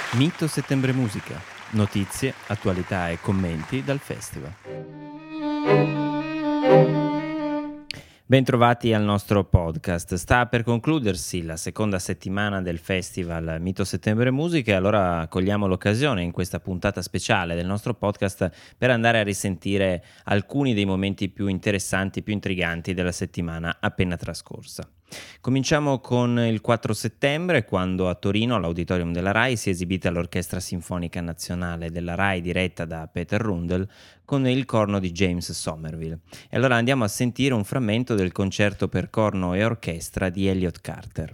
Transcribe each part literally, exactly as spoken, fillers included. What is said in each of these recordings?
Mito Settembre Musica, notizie, attualità e commenti dal festival. Bentrovati al nostro podcast. Sta per concludersi la seconda settimana del festival Mito Settembre Musica e allora cogliamo l'occasione in questa puntata speciale del nostro podcast per andare a risentire alcuni dei momenti più interessanti, più intriganti della settimana appena trascorsa. Cominciamo con il quattro settembre, quando a Torino, all'Auditorium della RAI, si è esibita l'Orchestra Sinfonica Nazionale della RAI diretta da Peter Rundel con il corno di James Somerville. E allora andiamo a sentire un frammento del concerto per corno e orchestra di Elliott Carter.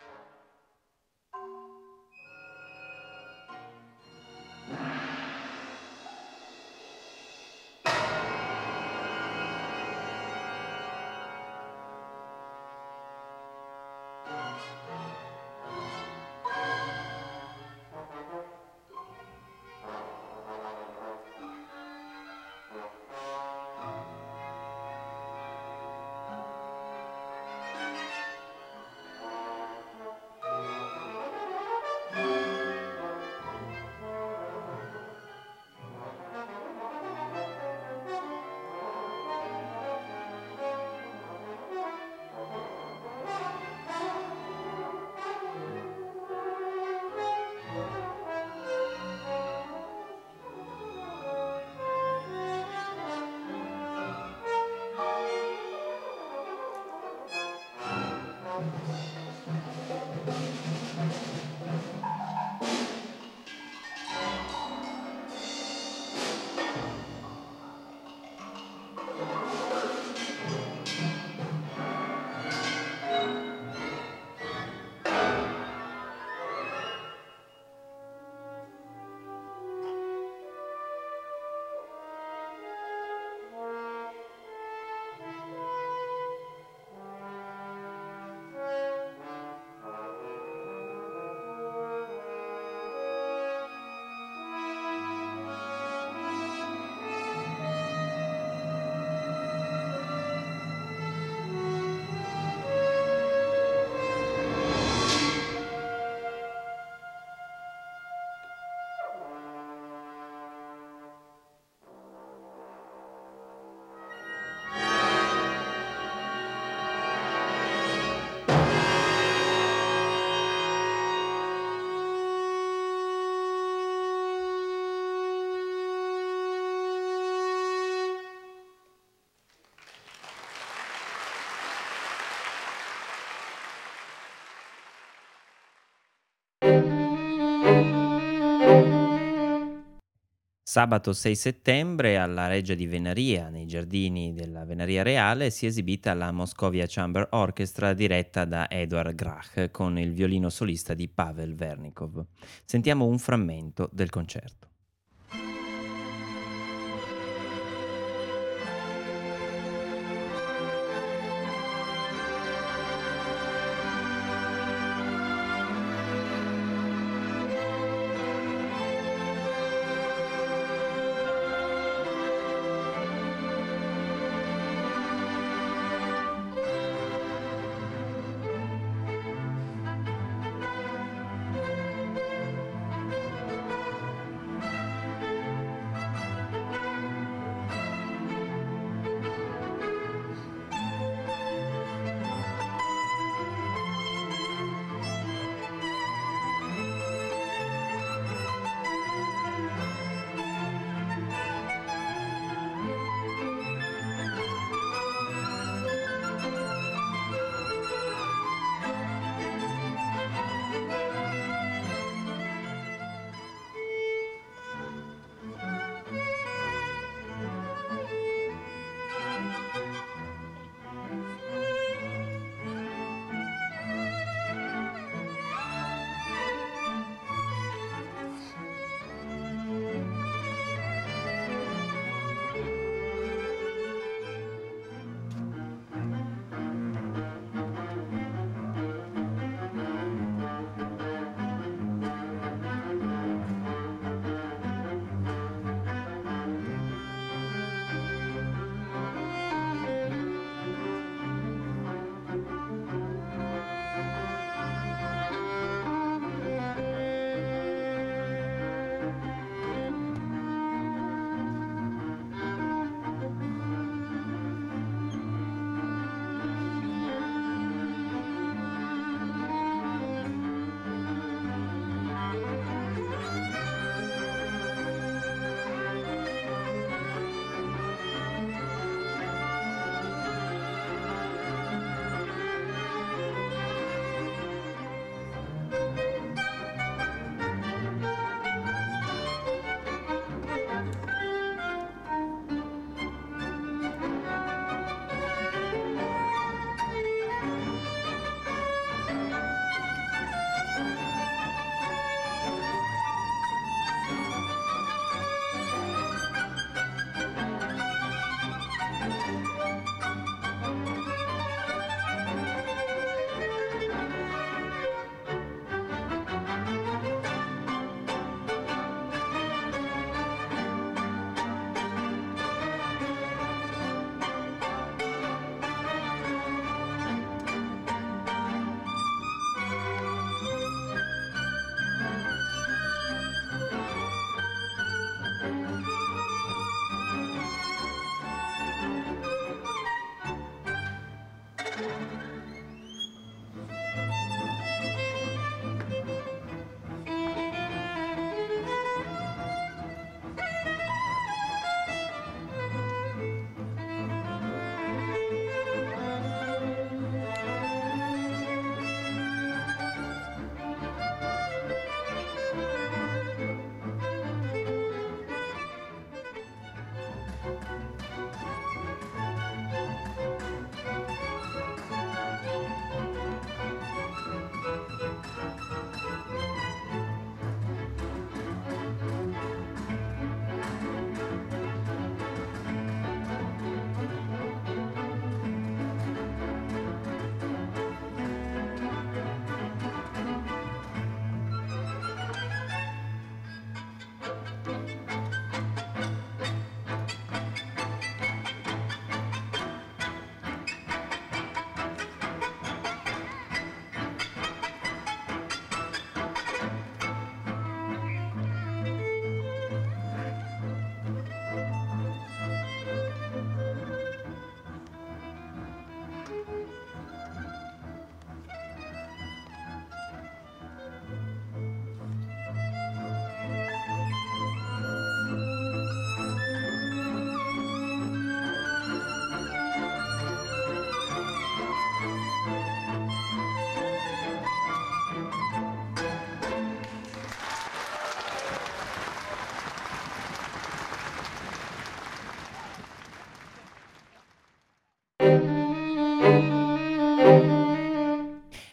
Sabato sei settembre alla Reggia di Venaria, nei giardini della Venaria Reale, si è esibita la Moscovia Chamber Orchestra diretta da Eduard Grach con il violino solista di Pavel Vernikov. Sentiamo un frammento del concerto.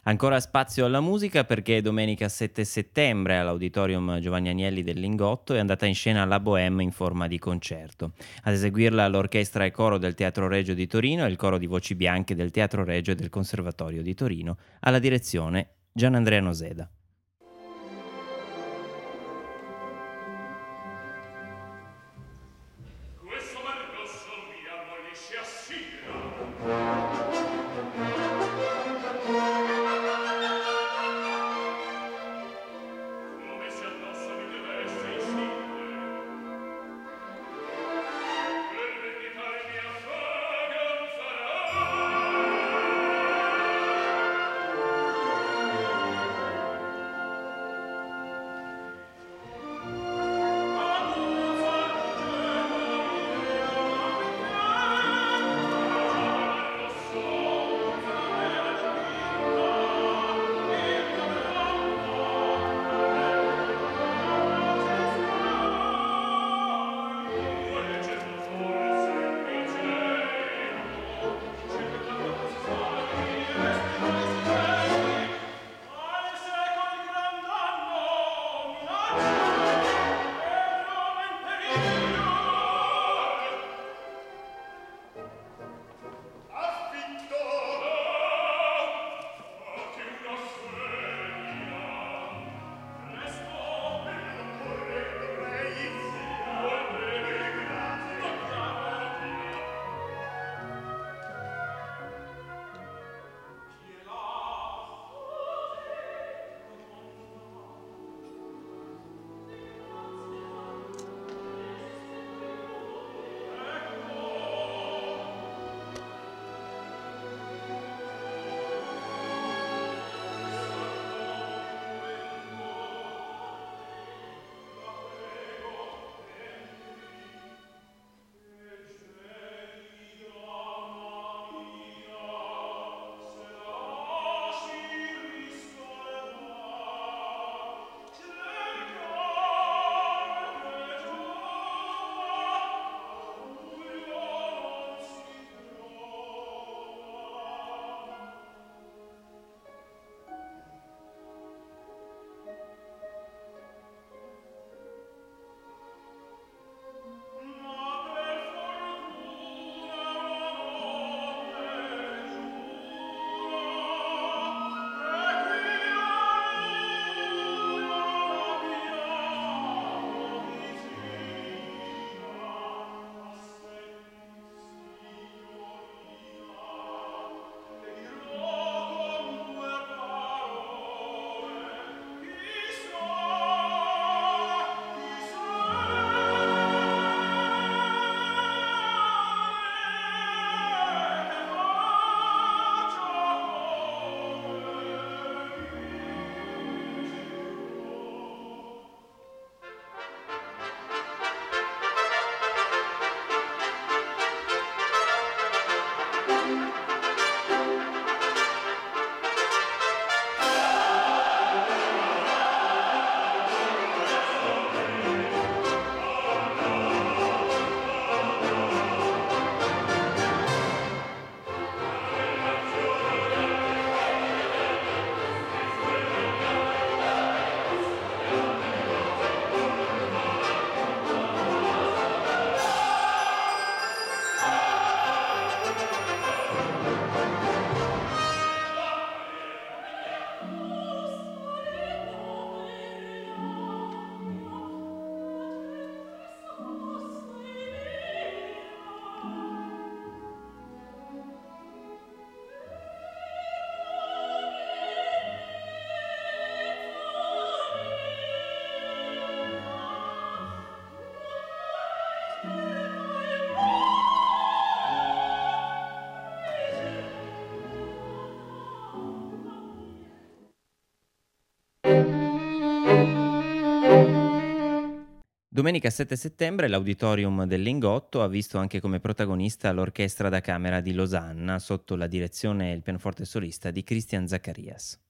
Ancora spazio alla musica perché domenica sette settembre all'Auditorium Giovanni Agnelli del Lingotto è andata in scena la Bohème in forma di concerto. Ad eseguirla l'orchestra e coro del Teatro Regio di Torino e il coro di voci bianche del Teatro Regio e del Conservatorio di Torino, alla direzione Gianandrea Noseda. Domenica sette settembre l'Auditorium del Lingotto ha visto anche come protagonista l'Orchestra da Camera di Losanna sotto la direzione e il pianoforte solista di Christian Zacharias.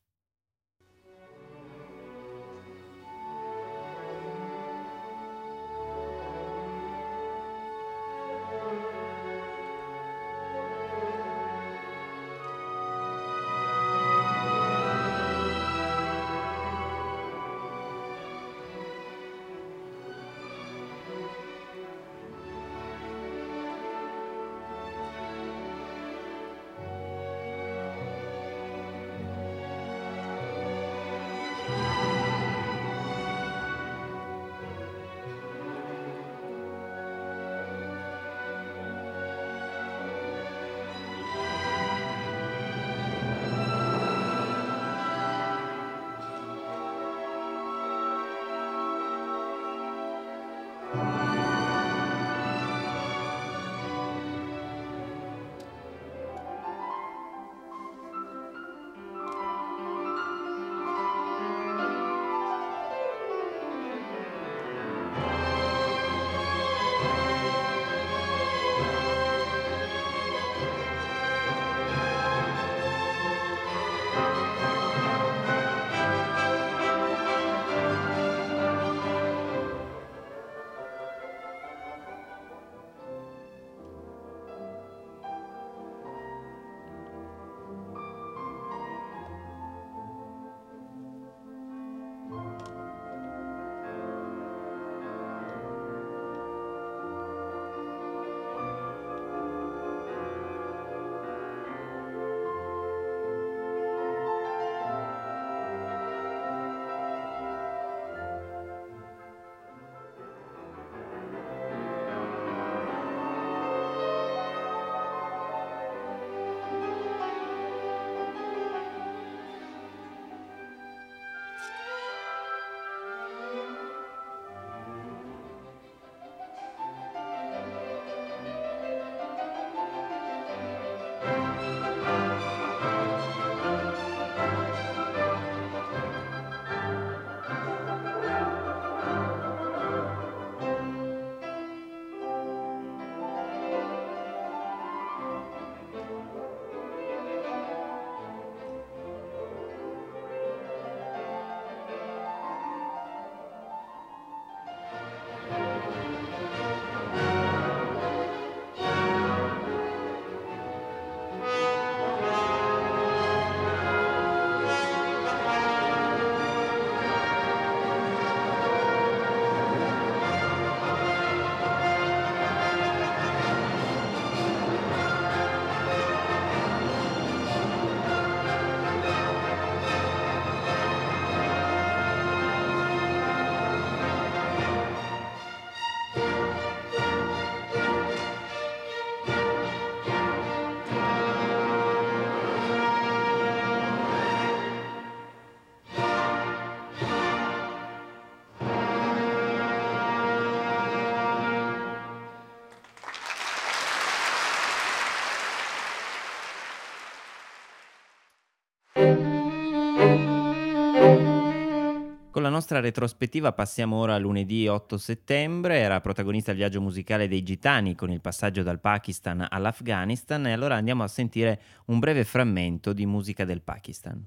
la nostra retrospettiva passiamo ora a lunedì otto settembre, era protagonista il viaggio musicale dei Gitani con il passaggio dal Pakistan all'Afghanistan e allora andiamo a sentire un breve frammento di musica del Pakistan.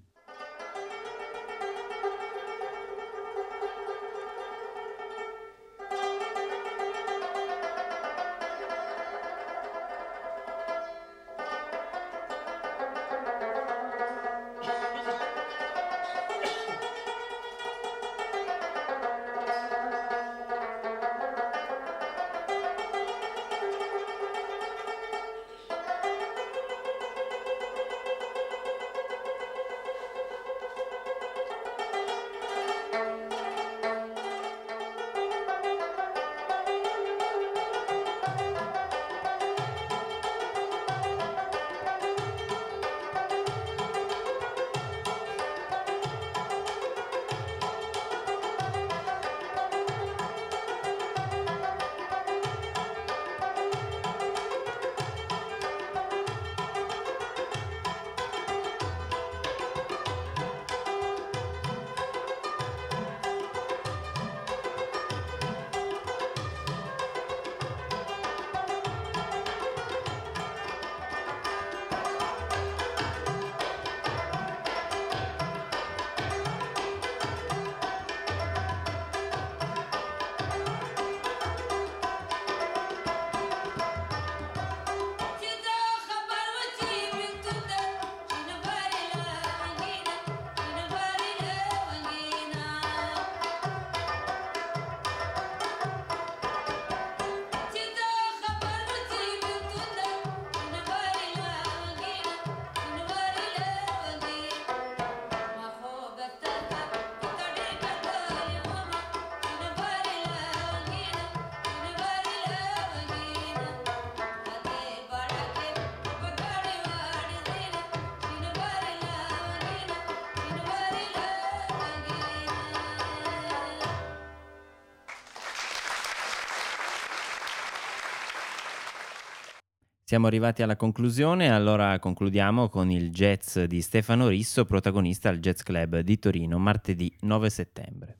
Siamo arrivati alla conclusione, allora concludiamo con il jazz di Stefano Risso, protagonista al Jazz Club di Torino, martedì nove settembre.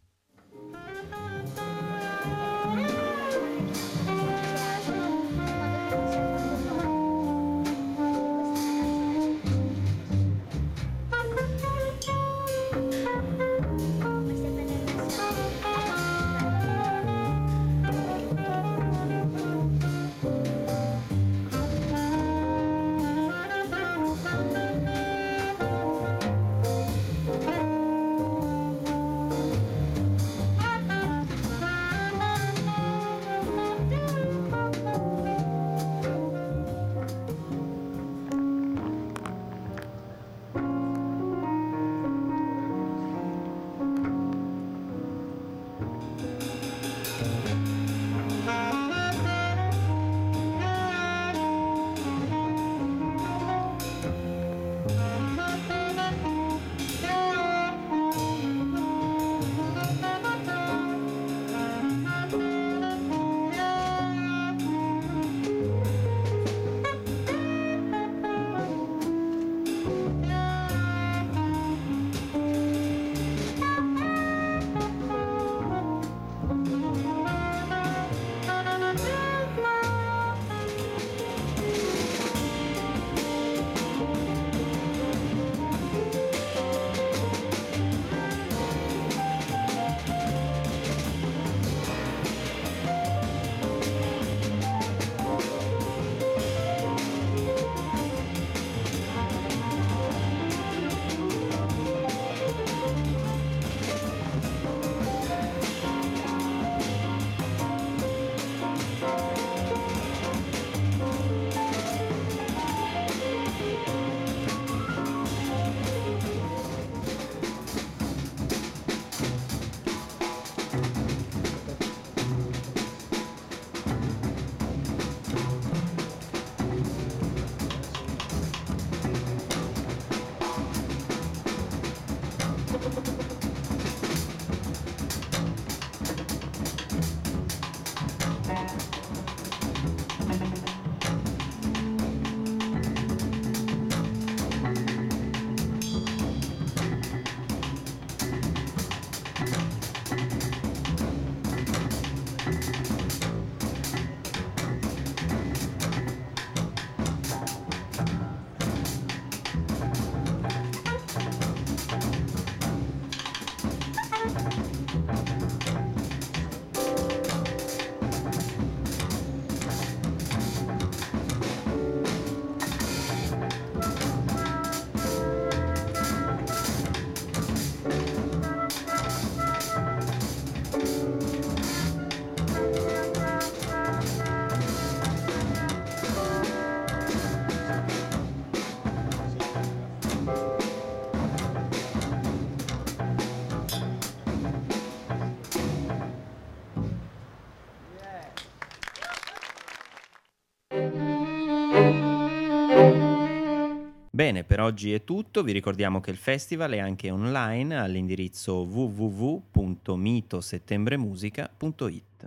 Bene, per oggi è tutto. Vi ricordiamo che il festival è anche online all'indirizzo w w w punto mito settembremusica punto i t.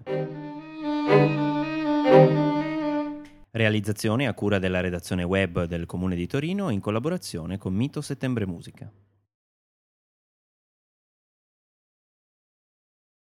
Realizzazione a cura della redazione web del Comune di Torino in collaborazione con Mito Settembre Musica.